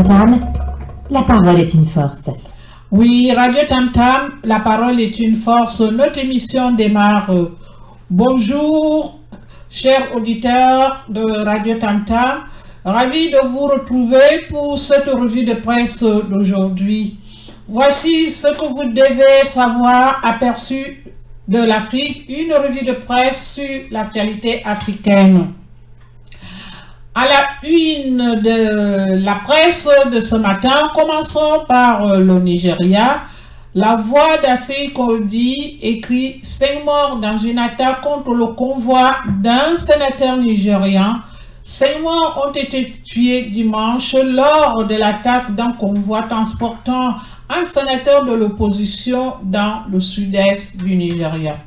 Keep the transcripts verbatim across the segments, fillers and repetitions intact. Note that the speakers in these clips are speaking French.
Tam, la parole est une force. Oui, Radio Tam Tam, la parole est une force. Notre émission démarre. Bonjour, chers auditeurs de Radio Tam Tam. Ravi de vous retrouver pour cette revue de presse d'aujourd'hui. Voici ce que vous devez savoir aperçu de l'Afrique, une revue de presse sur l'actualité africaine. À la une de la presse de ce matin, commençons par le Nigeria. La Voix d'Afrique dit écrit cinq morts dans une attaque contre le convoi d'un sénateur nigérian. Cinq morts ont été tués dimanche lors de l'attaque d'un convoi transportant un sénateur de l'opposition dans le sud-est du Nigeria.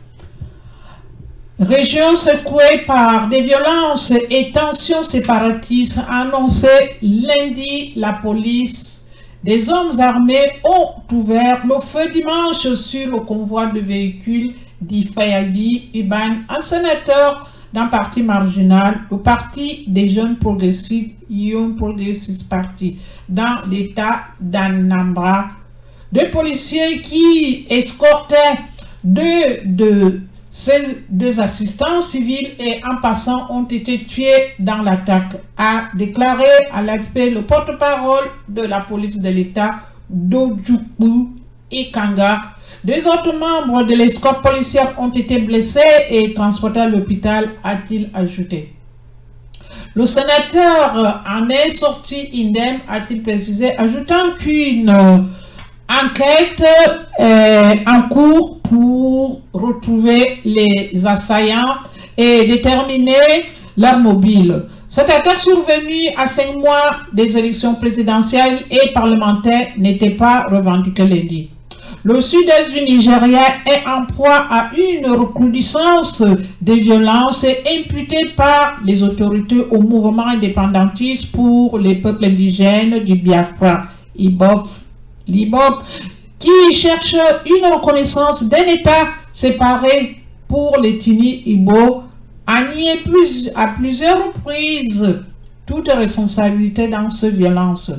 Région secouée par des violences et tensions séparatistes, a annoncé lundi la police. Des hommes armés ont ouvert le feu dimanche sur le convoi de véhicules d'Ifayadi Iban, un sénateur d'un parti marginal, le parti des jeunes progressistes, Young Progressive Party, dans l'état d'Anambra. Deux policiers qui escortaient deux de ces deux assistants civils et en passant ont été tués dans l'attaque, a déclaré à l'A F P le porte-parole de la police de l'État, Dojukwu Ikanga. Deux autres membres de l'escorte policière ont été blessés et transportés à l'hôpital, a-t-il ajouté. Le sénateur en est sorti indemne, a-t-il précisé, ajoutant qu'une enquête est en cours pour retrouver les assaillants et déterminer leur mobile. Cette attaque survenue à cinq mois des élections présidentielles et parlementaires n'était pas revendiquée lundi. Le sud-est du Nigeria est en proie à une recrudescence des violences imputées par les autorités au mouvement indépendantiste pour les peuples indigènes du Biafra, I B O F, l'I B O P, qui cherche une reconnaissance d'un État séparé pour les Tini Igbo, a nié plus, à plusieurs reprises toute responsabilité dans ces violences.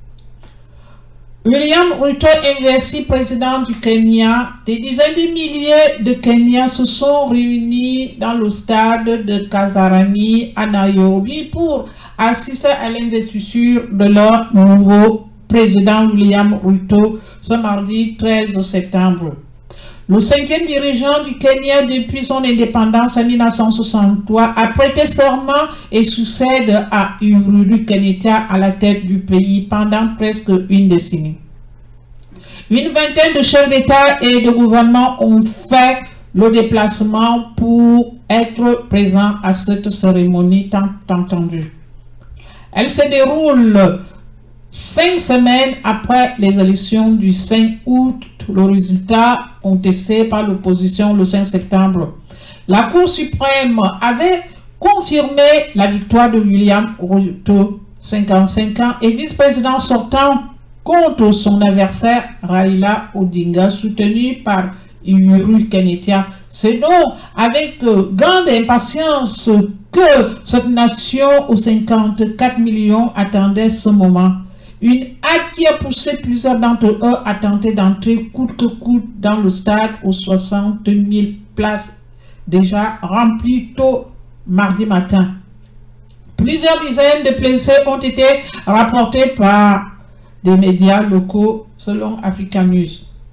William Ruto investi président du Kenya, des dizaines de milliers de Kenyans se sont réunis dans le stade de Kasarani à Nairobi pour assister à l'investiture de leur nouveau président William Ruto ce mardi treize septembre. Le cinquième dirigeant du Kenya depuis son indépendance en mille neuf cent soixante-trois a prêté serment et succède à Uhuru Kenyatta à la tête du pays pendant presque une décennie. Une vingtaine de chefs d'État et de gouvernement ont fait le déplacement pour être présents à cette cérémonie tant entendue. Elle se déroule cinq semaines après les élections du cinq août, le résultat contesté par l'opposition le cinq septembre. La Cour suprême avait confirmé la victoire de William Ruto, cinquante-cinq ans, et vice-président sortant contre son adversaire Raila Odinga, soutenu par Uhuru Kenyatta. C'est donc avec grande impatience que cette nation aux cinquante-quatre millions attendait ce moment. Une hâte qui a poussé plusieurs d'entre eux à tenter d'entrer coûte que coûte dans le stade aux soixante mille places déjà remplies tôt mardi matin. Plusieurs dizaines de blessés ont été rapportés par des médias locaux selon Africa News.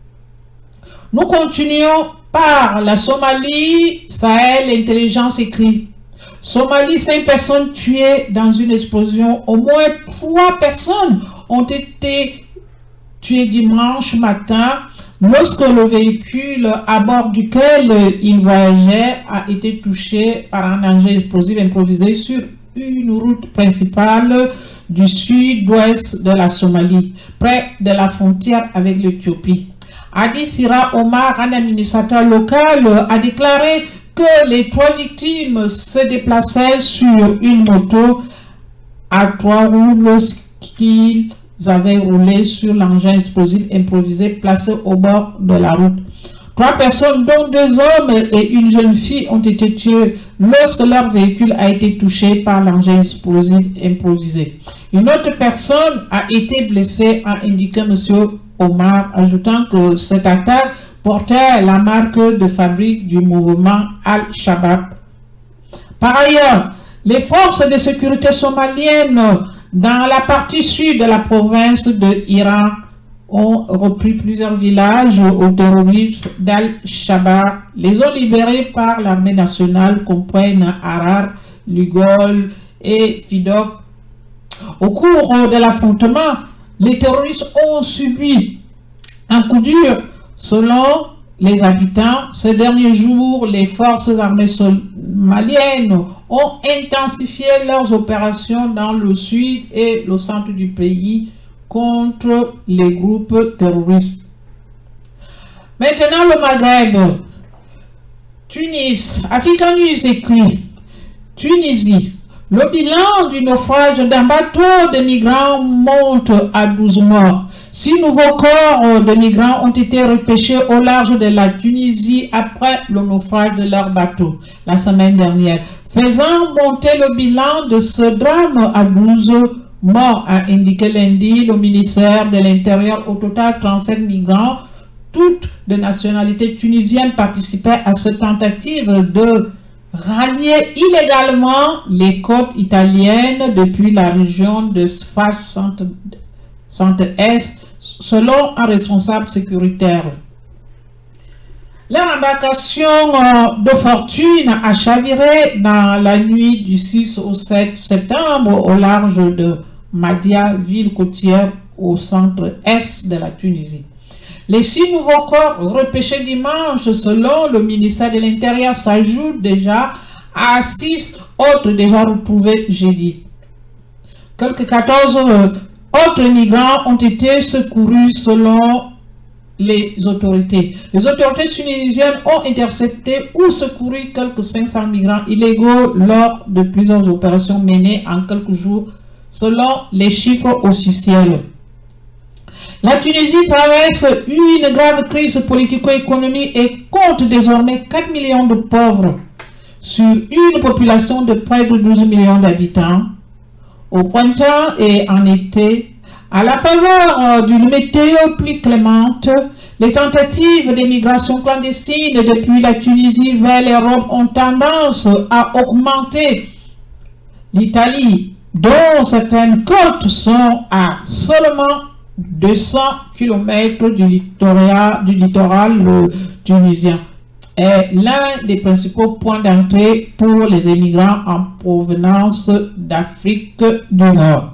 Nous continuons par la Somalie. Sahel Intelligence écrit: Somalie, cinq personnes tuées dans une explosion. Au moins trois personnes ont été tuées dimanche matin lorsque le véhicule à bord duquel ils voyageaient a été touché par un engin explosif improvisé sur une route principale du sud-ouest de la Somalie, près de la frontière avec l'Éthiopie. Adi Sira Omar, un administrateur local, a déclaré que les trois victimes se déplaçaient sur une moto à trois roues lorsqu'ils avaient roulé sur l'engin explosif improvisé placé au bord de la route. Trois personnes, dont deux hommes et une jeune fille, ont été tuées lorsque leur véhicule a été touché par l'engin explosif improvisé. Une autre personne a été blessée, a indiqué M. Omar, ajoutant que cette attaque portait la marque de fabrique du mouvement Al-Shabaab. Par ailleurs, les forces de sécurité somaliennes dans la partie sud de la province de Iran ont repris plusieurs villages aux terroristes d'Al-Shabaab. Les ont libérés par l'armée nationale, comprennent Harar, Lugol et Fidok. Au cours de l'affrontement, les terroristes ont subi un coup dur. Selon les habitants, ces derniers jours, les forces armées somaliennes ont intensifié leurs opérations dans le sud et le centre du pays contre les groupes terroristes. Maintenant, le Maghreb. Tunis. Africa News écrit. Tunisie. Le bilan du naufrage d'un bateau de migrants monte à douze morts. Six nouveaux corps de migrants ont été repêchés au large de la Tunisie après le naufrage de leur bateau la semaine dernière, faisant monter le bilan de ce drame à douze morts, a indiqué lundi le ministère de l'Intérieur. Au total, trente-sept migrants, toutes de nationalité tunisienne, participaient à cette tentative de rallier illégalement les côtes italiennes depuis la région de Sfax centre-est, selon un responsable sécuritaire. Leur embarcation de fortune a chaviré dans la nuit du six au sept septembre au large de Madia, ville côtière au centre-est de la Tunisie. Les six nouveaux corps repêchés dimanche, selon le ministère de l'Intérieur, s'ajoutent déjà à six autres déjà retrouvés jeudi. Quelques quatorze autres migrants ont été secourus selon les autorités. Les autorités tunisiennes ont intercepté ou secouru quelques cinq cents migrants illégaux lors de plusieurs opérations menées en quelques jours, selon les chiffres officiels. La Tunisie traverse une grave crise politico-économique et compte désormais quatre millions de pauvres sur une population de près de douze millions d'habitants. Au printemps et en été, à la faveur d'une météo plus clémente, les tentatives d'émigration clandestine depuis la Tunisie vers l'Europe ont tendance à augmenter. L'Italie, dont certaines côtes sont à seulement deux cents kilomètres du littoral, du littoral tunisien, est l'un des principaux points d'entrée pour les émigrants en provenance d'Afrique du Nord.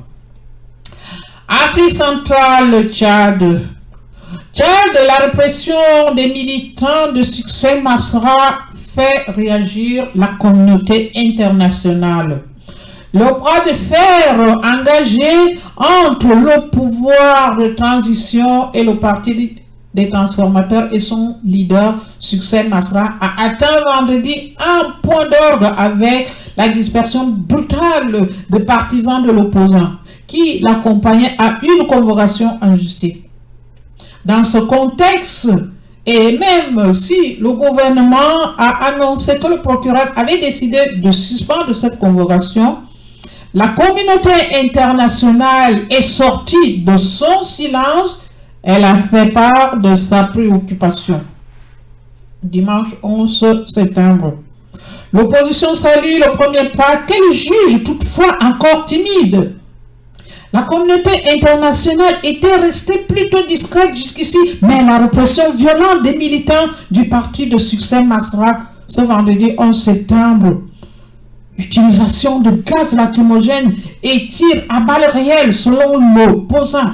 Afrique centrale, Tchad. Tchad, la répression des militants de Succès Masra fait réagir la communauté internationale. Le bras de fer engagé entre le pouvoir de transition et le parti des transformateurs et son leader, Succès Masra, a atteint vendredi un point d'orgue avec la dispersion brutale de partisans de l'opposant qui l'accompagnaient à une convocation en justice. Dans ce contexte, et même si le gouvernement a annoncé que le procureur avait décidé de suspendre cette convocation, la communauté internationale est sortie de son silence. Elle a fait part de sa préoccupation. Dimanche onze septembre. L'opposition salue le premier pas qu'elle juge toutefois encore timide. La communauté internationale était restée plutôt discrète jusqu'ici, mais la répression violente des militants du parti de Succès Masra ce vendredi onze septembre, utilisation de gaz lacrymogène et tirs à balles réelles selon l'opposant,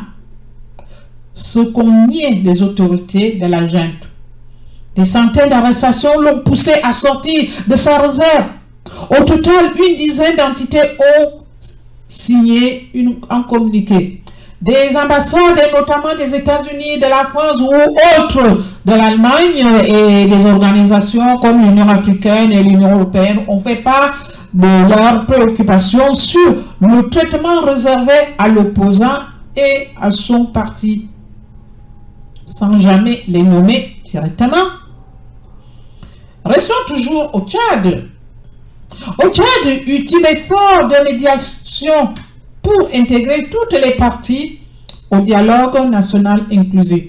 ce qu'on niait les autorités de la junte. Des centaines d'arrestations l'ont poussé à sortir de sa réserve. Au total, une dizaine d'entités ont signé une, un communiqué. Des ambassades, et notamment des États-Unis, de la France ou autres, de l'Allemagne et des organisations comme l'Union africaine et l'Union européenne ont fait part de leurs préoccupations sur le traitement réservé à l'opposant et à son parti, sans jamais les nommer directement. toujours au Tchad. Au Tchad, ultime effort de médiation pour intégrer toutes les parties au dialogue national inclusif.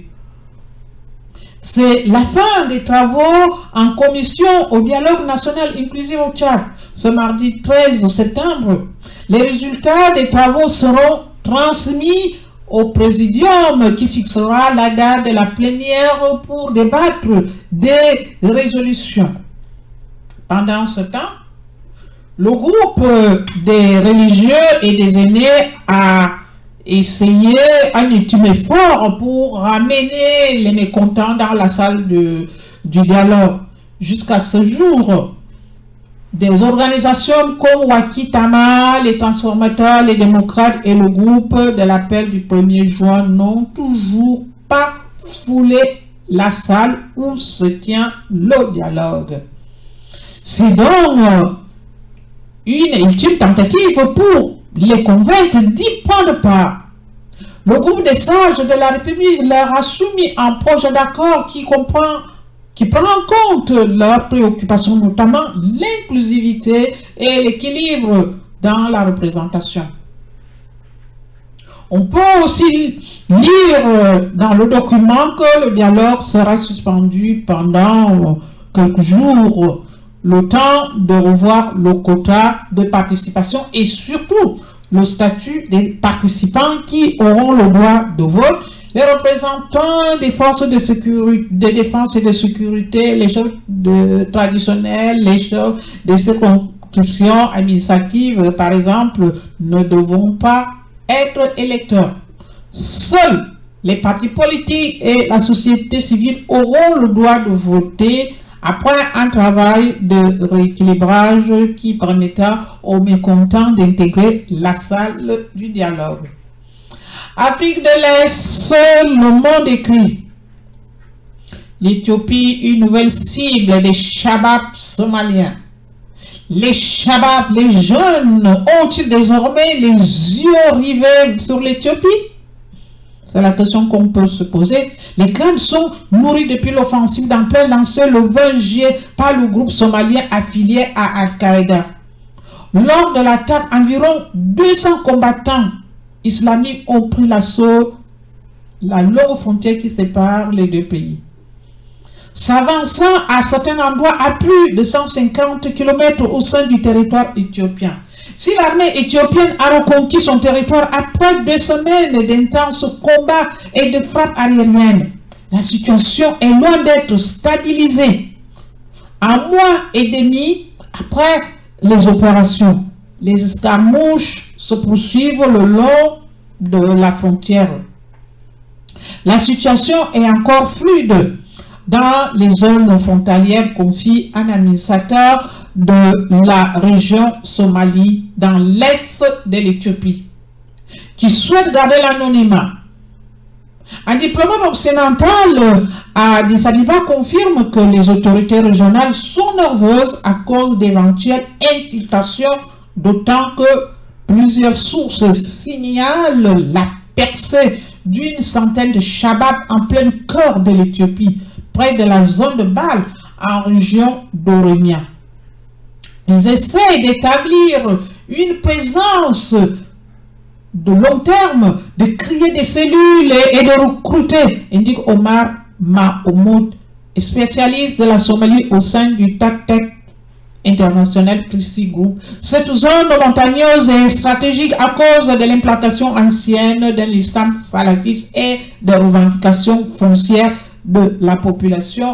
C'est la fin des travaux en commission au dialogue national inclusif au Tchad. Ce mardi treize septembre, les résultats des travaux seront transmis au présidium qui fixera la date de la plénière pour débattre des résolutions. Pendant ce temps, le groupe des religieux et des aînés a essayé un ultime effort pour ramener les mécontents dans la salle de, du dialogue. Jusqu'à ce jour, des organisations comme Wakitama, les transformateurs, les démocrates et le groupe de l'appel du premier juin n'ont toujours pas foulé la salle où se tient le dialogue. C'est donc une ultime tentative pour les convaincre d'y prendre part. Le groupe des sages de la République leur a soumis un projet d'accord qui comprend qui prend en compte leurs préoccupations, notamment l'inclusivité et l'équilibre dans la représentation. On peut aussi lire dans le document que le dialogue sera suspendu pendant quelques jours, le temps de revoir le quota de participation et surtout le statut des participants qui auront le droit de vote. Les représentants des forces de, sécurité, de défense et de sécurité, les chefs de, traditionnels, les chefs des circonscriptions administratives, par exemple, ne devront pas être électeurs. Seuls les partis politiques et la société civile auront le droit de voter après un travail de rééquilibrage qui permettra aux mécontents d'intégrer la salle du dialogue. Afrique de l'Est, le monde écrit. L'Éthiopie, une nouvelle cible des Shabab somaliens. Les Shabab, les jeunes, ont-ils désormais les yeux rivés sur l'Éthiopie? C'est la question qu'on peut se poser. Les craintes sont nourries depuis l'offensive d'ampleur lancée le vingt juillet par le groupe somalien affilié à Al-Qaïda. Lors de l'attaque, environ deux cents combattants islamiques ont pris l'assaut la longue frontière qui sépare les deux pays. S'avançant à certains endroits à plus de cent cinquante kilomètres au sein du territoire éthiopien. Si l'armée éthiopienne a reconquis son territoire après deux semaines d'intenses combats et de frappes aériennes, la situation est loin d'être stabilisée. Un mois et demi après les opérations, les escarmouches se poursuivent le long de la frontière. La situation est encore fluide dans les zones frontalières, confie un administrateur de la région Somalie dans l'est de l'Éthiopie, qui souhaite garder l'anonymat. Un diplomate occidental à Addis Abeba confirme que les autorités régionales sont nerveuses à cause d'éventuelles infiltrations, d'autant que plusieurs sources signalent la percée d'une centaine de Shabab en plein cœur de l'Éthiopie, près de la zone de Bâle, en région d'Oromia. Ils essaient d'établir une présence de long terme, de créer des cellules et de recruter, indique Omar Mahomoud, spécialiste de la Somalie au sein du TAC-TEC International Christie Group. Cette zone montagneuse est stratégique à cause de l'implantation ancienne de l'islam salafiste et des revendications foncières de la population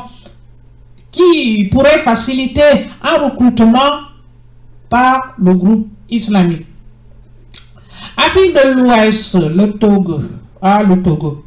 qui pourrait faciliter un recrutement par le groupe islamique. Afrique de l'Ouest, le Togo, ah, le Togo.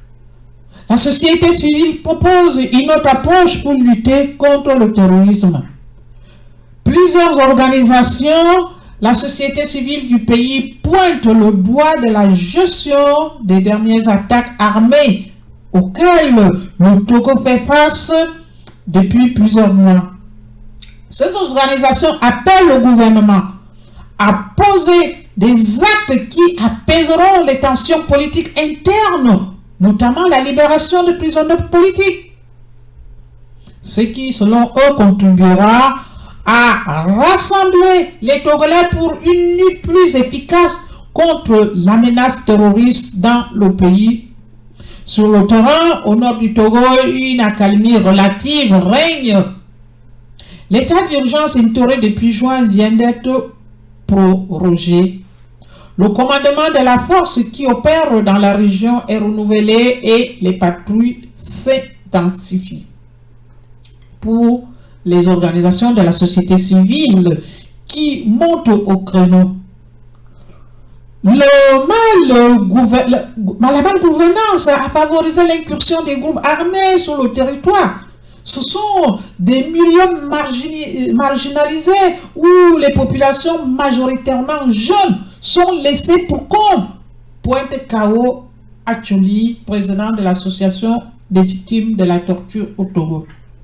La société civile propose une autre approche pour lutter contre le terrorisme. Plusieurs organisations, la société civile du pays pointe le doigt de la gestion des dernières attaques armées auxquelles le Togo fait face depuis plusieurs mois. Ces organisations appellent le gouvernement à poser des actes qui apaiseront les tensions politiques internes, notamment la libération de prisonniers politiques. ce qui, selon eux, contribuera à rassembler les Togolais pour une lutte plus efficace contre la menace terroriste dans le pays. Sur le terrain, au nord du Togo, une accalmie relative règne. L'état d'urgence instauré depuis juin vient d'être prorogé. Le commandement de la force qui opère dans la région est renouvelé et les patrouilles s'intensifient. Pour les organisations de la société civile qui montent au créneau, le mal gouver... la malgouvernance a favorisé l'incursion des groupes armés sur le territoire. Ce sont des milieux margin... marginalisés où les populations majoritairement jeunes sont laissées pour compte. Pointe Kao Acholi, président de l'association des victimes de la torture au Togo.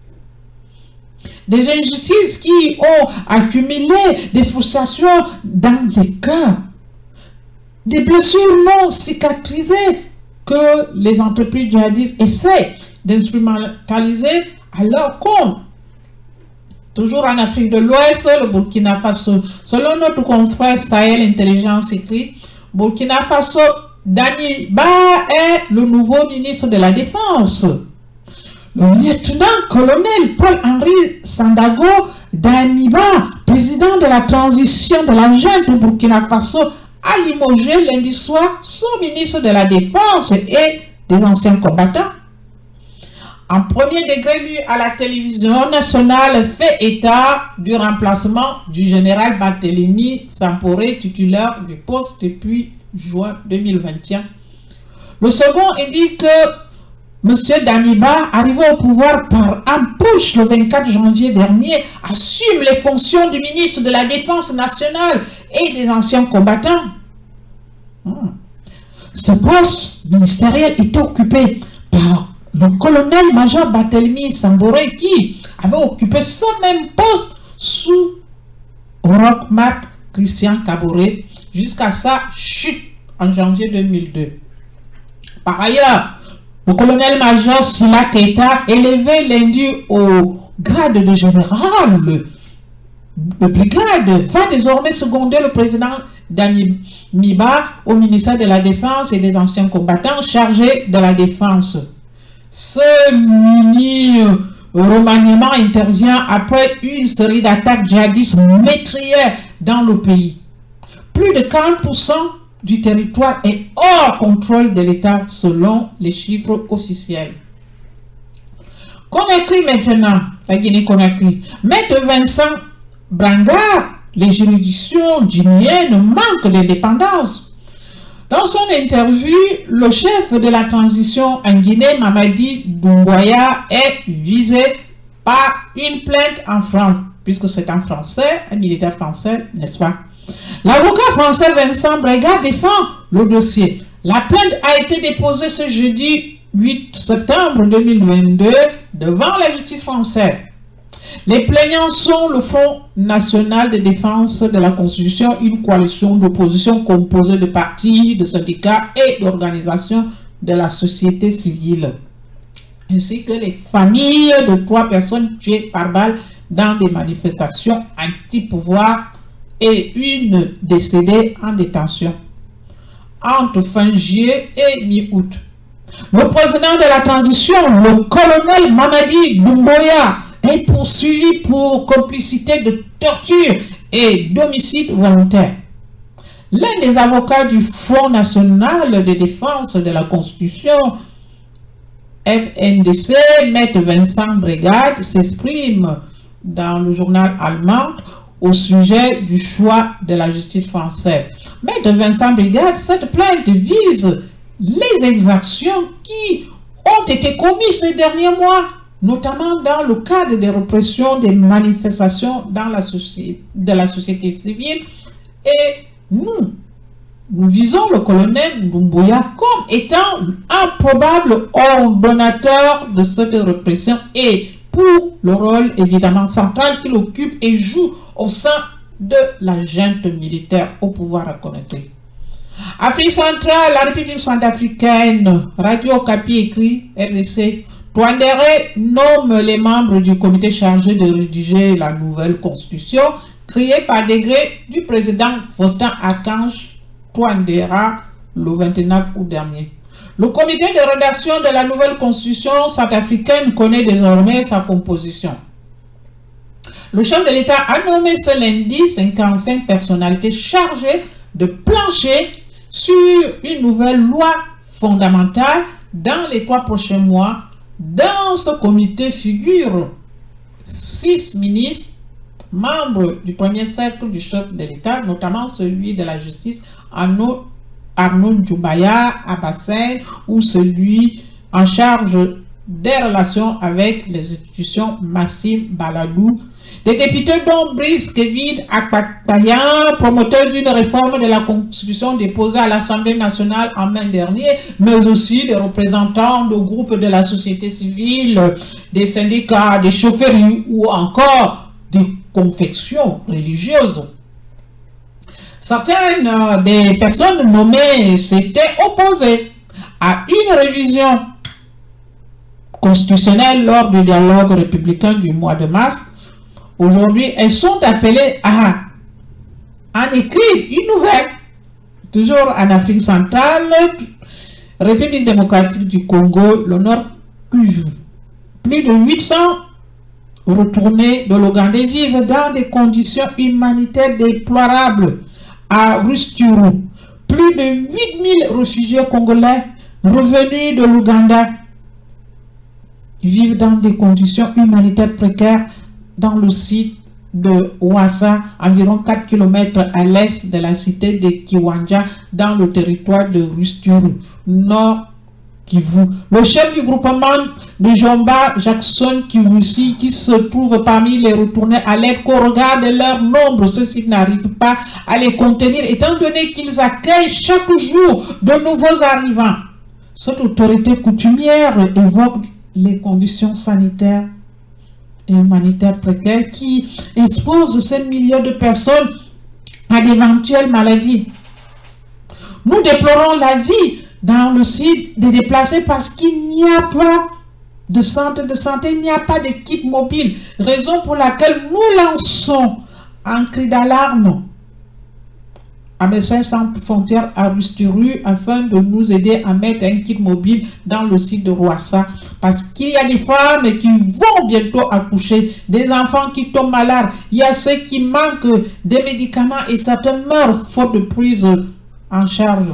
Des injustices qui ont accumulé des frustrations dans les cœurs. Des blessures non cicatrisées que les entreprises djihadistes essaient d'instrumentaliser à leur compte. Toujours en Afrique de l'Ouest, le Burkina Faso. Selon notre confrère Sahel Intelligence écrit, Burkina Faso, Damiba est le nouveau ministre de la Défense. Le lieutenant-colonel Paul-Henri Sandago Damiba, président de la transition de la junte du Burkina Faso, a limogé lundi soir son ministre de la Défense et des anciens combattants. En premier degré, lui, à la télévision nationale, fait état du remplacement du général Barthélemy Samporé, titulaire du poste depuis juin deux mille vingt et un. Le second indique que M. Damiba, arrivé au pouvoir par ampush le vingt-quatre janvier dernier, assume les fonctions du ministre de la Défense nationale et des anciens combattants. Hmm. Ce poste ministériel était occupé par le colonel-major Barthélemy Samporé qui avait occupé ce même poste sous Roch-Marc Christian Kaboré jusqu'à sa chute en janvier deux mille deux. Par ailleurs, le colonel-major Sila Keita, élevé lundi au grade de général de brigade, va désormais seconder le président Damiba au ministère de la Défense et des anciens combattants chargés de la défense. Ce mini-remaniement intervient après une série d'attaques djihadistes meurtrières dans le pays. Plus de quarante pour cent du territoire est hors contrôle de l'État selon les chiffres officiels. Conakry maintenant, la Guinée-Conakry. Maître Vincent Brangard, les juridictions guinéennes manquent d'indépendance. Dans son interview, le chef de la transition en Guinée, Mamadi Doumbouya, est visé par une plainte en France, puisque c'est un Français, un militaire français, n'est-ce pas? L'avocat français Vincent Brangard défend le dossier. La plainte a été déposée ce jeudi huit septembre deux mille vingt-deux devant la justice française. Les plaignants sont le Front national de défense de la Constitution, une coalition d'opposition composée de partis, de syndicats et d'organisations de la société civile, ainsi que les familles de trois personnes tuées par balle dans des manifestations anti-pouvoir et une décédée en détention entre fin juillet et mi-août. Le président de la transition, le colonel Mamadi Doumbouya, est poursuivi pour complicité de torture et d'homicide volontaire. L'un des avocats du Front national de défense de la Constitution, F N D C, Maître Vincent Brangard, s'exprime dans le journal allemand au sujet du choix de la justice française. Maître Vincent Brangard, cette plainte vise les exactions qui ont été commises ces derniers mois, notamment dans le cadre des répressions des manifestations dans la société, de la société civile. Et nous, nous visons le colonel Doumbouya comme étant un probable ordonnateur de cette répression et pour le rôle évidemment central qu'il occupe et joue au sein de la junte militaire au pouvoir à Conakry. Afrique centrale, la République centrafricaine, Radio Okapi écrit R D C, Touandéré nomme les membres du comité chargé de rédiger la nouvelle constitution créée par décret du président Faustin Archange Touadéra le vingt-neuf août dernier. Le comité de rédaction de la nouvelle constitution centrafricaine connaît désormais sa composition. Le chef de l'État a nommé ce lundi cinquante-cinq personnalités chargées de plancher sur une nouvelle loi fondamentale dans les trois prochains mois. Dans ce comité figurent six ministres, membres du premier cercle du chef de l'État, notamment celui de la justice, Arnaud, Arnaud Djoubaya Abassin, ou celui en charge des relations avec les institutions, Massim Baladou. Des députés dont Brice Kevin Akpakpayan, promoteur d'une réforme de la Constitution déposée à l'Assemblée nationale en mai dernier, mais aussi des représentants de groupes de la société civile, des syndicats, des chaufferies ou encore des confections religieuses. Certaines des personnes nommées s'étaient opposées à une révision constitutionnelle lors du dialogue républicain du mois de mars. Aujourd'hui, elles sont appelées à en écrire une nouvelle, toujours en Afrique centrale, République démocratique du Congo, le Nord Kivu. Plus de huit cents retournés de l'Ougandais vivent dans des conditions humanitaires déplorables à Rutshuru. Plus de huit mille réfugiés congolais revenus de l'Ouganda vivent dans des conditions humanitaires précaires dans le site de Ouassa, environ quatre kilomètres à l'est de la cité de Kiwanja, dans le territoire de Rutshuru, Nord Kivu. Le chef du groupement de Jomba, Jackson Kivusi, qui se trouve parmi les retournés à l'aide qu'au regard de leur nombre, ceux-ci n'arrivent pas à les contenir, étant donné qu'ils accueillent chaque jour de nouveaux arrivants. Cette autorité coutumière évoque les conditions sanitaires et humanitaires précaires qui exposent ces milliers de personnes à d'éventuelles maladies. Nous déplorons la vie dans le site des déplacés parce qu'il n'y a pas de centre de santé, il n'y a pas de kit mobile, raison pour laquelle nous lançons un cri d'alarme à Médecins Sans Frontières à Rutshuru afin de nous aider à mettre un kit mobile dans le site de Ouassa, parce qu'il y a des femmes qui vont bientôt accoucher, des enfants qui tombent malades, il y a ceux qui manquent des médicaments et certains meurent faute de prise en charge.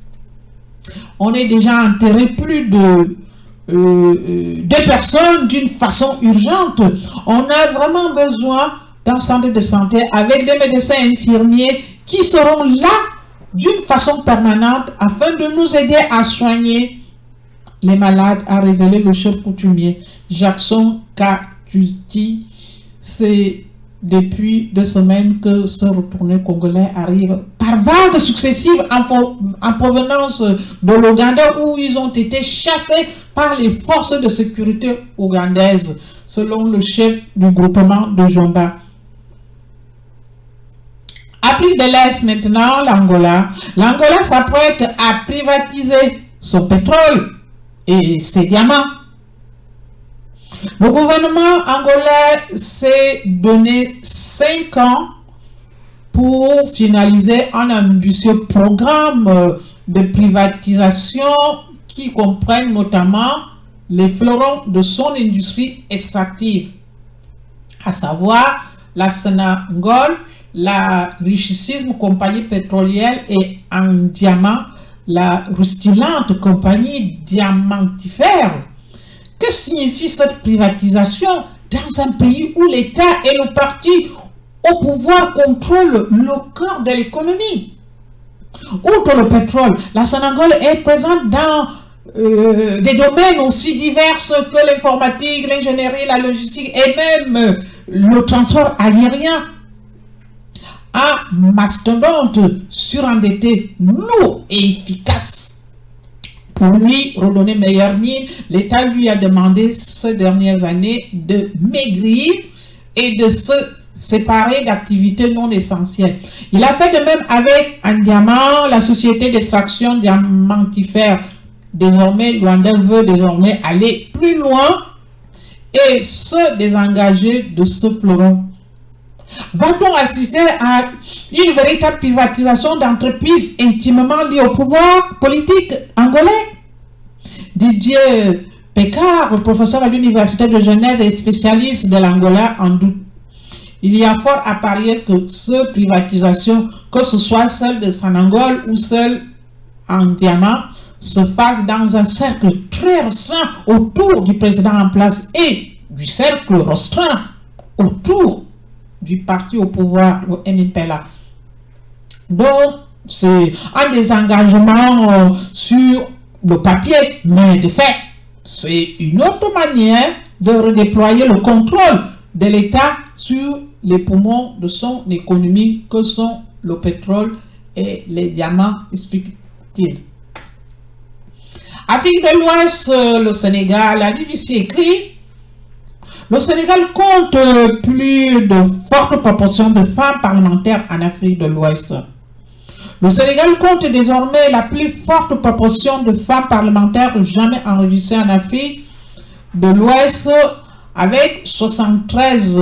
On est déjà enterré plus de euh, deux personnes d'une façon urgente. On a vraiment besoin d'un centre de santé avec des médecins infirmiers qui seront là d'une façon permanente afin de nous aider à soigner les malades, a révélé le chef coutumier Jackson Katuti. C'est depuis deux semaines que ce retourné congolais arrive par vagues successives en, en provenance de l'Ouganda, où ils ont été chassés par les forces de sécurité ougandaises, selon le chef du groupement de Jomba. Afrique de l'Est maintenant, l'Angola. L'Angola s'apprête à privatiser son pétrole et ses diamants. Le gouvernement angolais s'est donné cinq ans pour finaliser un ambitieux programme de privatisation qui comprennent notamment les fleurons de son industrie extractive, à savoir la Sonangol, la richissime compagnie pétrolière, et en diamant, la rustulante compagnie diamantifère. Que signifie cette privatisation dans un pays où l'État et le parti au pouvoir contrôlent le cœur de l'économie? Outre le pétrole, la Sonangol est présente dans euh, des domaines aussi divers que l'informatique, l'ingénierie, la logistique et même euh, le transport aérien. Un mastodonte surendetté, lourd et efficace. Pour lui redonner meilleure mine, l'État lui a demandé ces dernières années de maigrir et de se séparer d'activités non essentielles. Il a fait de même avec un diamant, la société d'extraction diamantifère désormais, Luanda veut désormais aller plus loin et se désengager de ce fleuron. Va-t-on assister à une véritable privatisation d'entreprises intimement liées au pouvoir politique angolais? Didier Pécard, professeur à l'Université de Genève et spécialiste de l'Angola, en doute. Il y a fort à parier que cette privatisation, que ce soit celle de Sanangol ou celle en diamant, se fasse dans un cercle très restreint autour du président en place et du cercle restreint autour du parti au pouvoir, le M P L A. Donc, c'est un désengagement euh, sur le papier, mais de fait, c'est une autre manière de redéployer le contrôle de l'État sur les poumons de son économie que sont le pétrole et les diamants, explique-t-il. Afrique de l'Ouest, le Sénégal, la B B C écrit: le Sénégal compte plus de fortes proportions de femmes parlementaires en Afrique de l'Ouest. Le Sénégal compte désormais la plus forte proportion de femmes parlementaires jamais enregistrées en Afrique de l'Ouest, avec soixante-treize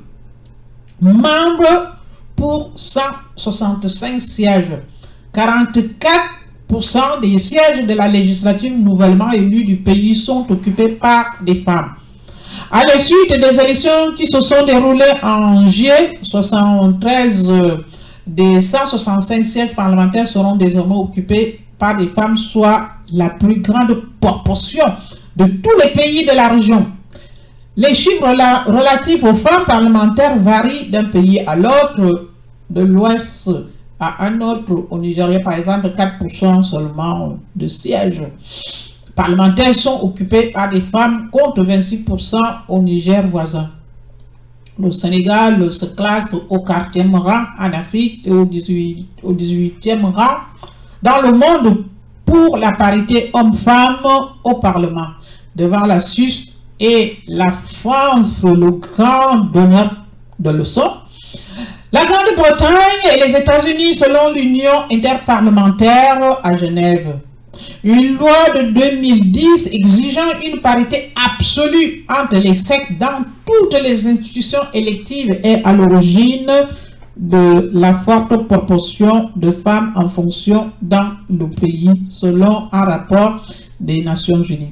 membres pour cent soixante-cinq sièges. quarante-quatre pour cent des sièges de la législature nouvellement élue du pays sont occupés par des femmes. À la suite des élections qui se sont déroulées en juillet, soixante-treize des cent soixante-cinq sièges parlementaires seront désormais occupés par des femmes, soit la plus grande proportion de tous les pays de la région. Les chiffres relatifs aux femmes parlementaires varient d'un pays à l'autre, de l'Ouest à un autre. Au Nigeria, par exemple, quatre pour cent seulement de sièges parlementaires sont occupés par des femmes, contre vingt-six pour cent au Niger voisin. Le Sénégal se classe au quatrième rang en Afrique et au dix-huitième rang dans le monde pour la parité homme-femme au Parlement, devant la Suisse et la France, le grand donneur de leçons, la Grande-Bretagne et les États-Unis selon l'Union interparlementaire à Genève. Une loi de deux mille dix exigeant une parité absolue entre les sexes dans toutes les institutions électives est à l'origine de la forte proportion de femmes en fonction dans le pays, selon un rapport des Nations Unies.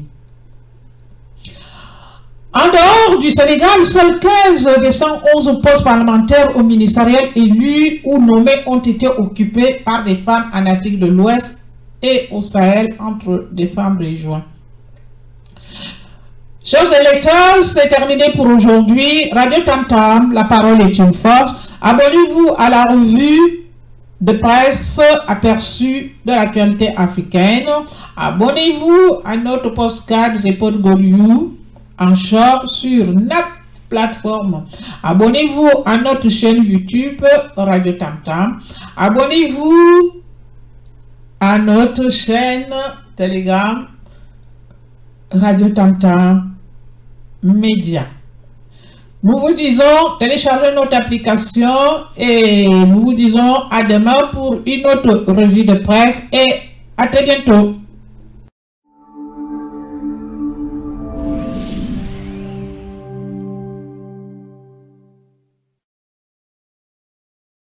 En dehors du Sénégal, seuls quinze des cent onze postes parlementaires au ministériel élus ou nommés ont été occupés par des femmes en Afrique de l'Ouest et au Sahel entre décembre et juin. Chers électeurs, c'est terminé pour aujourd'hui. Radio Tam Tam, la parole est une force. Abonnez-vous à la revue de presse aperçu de l'actualité africaine. Abonnez-vous à notre podcast Zepod Goliou en short sur notre plateforme. Abonnez-vous à notre chaîne YouTube Radio Tam Tam. Abonnez-vous à notre chaîne Telegram Radio Tam Tam Média. Nous vous disons téléchargez notre application et nous vous disons à demain pour une autre revue de presse et à très bientôt.